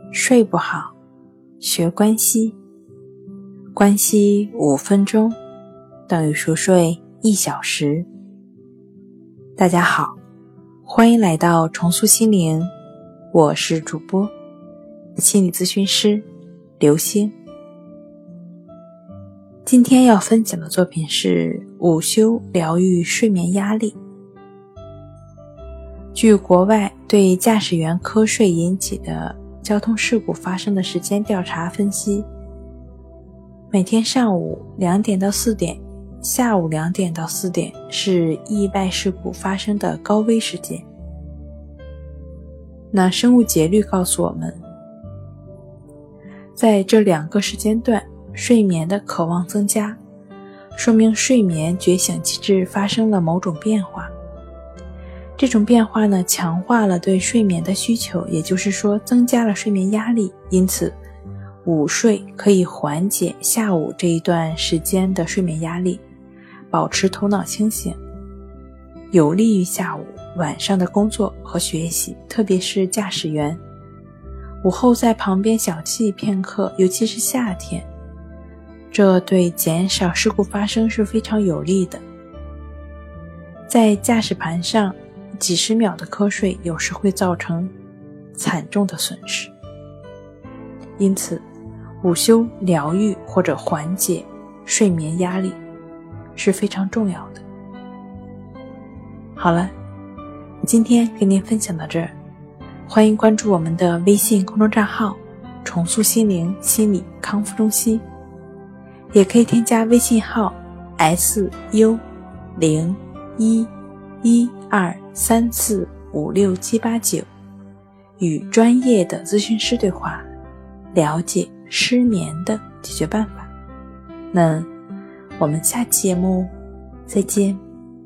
睡不好，学关息。关息5分钟等于熟睡1小时。大家好，欢迎来到重塑心灵，我是主播心理咨询师刘星。今天要分享的作品是午休疗愈睡眠压力。据国外对驾驶员瞌睡引起的交通事故发生的时间调查分析，每天上午2点到4点，下午2点到4点是意外事故发生的高危时间。那生物节律告诉我们，在这2个时间段，睡眠的渴望增加，说明睡眠觉醒机制发生了某种变化。这种变化呢，强化了对睡眠的需求，也就是说增加了睡眠压力，因此午睡可以缓解下午这一段时间的睡眠压力，保持头脑清醒，有利于下午晚上的工作和学习，特别是驾驶员午后在旁边小憩片刻，尤其是夏天，这对减少事故发生是非常有利的。在驾驶盘上几十秒的瞌睡有时会造成惨重的损失，因此午休疗愈或者缓解睡眠压力是非常重要的。好了，今天跟您分享到这儿，欢迎关注我们的微信公众账号重塑心灵心理康复中心，也可以添加微信号 SU0112345679，与专业的咨询师对话，了解失眠的解决办法。那我们下期节目再见。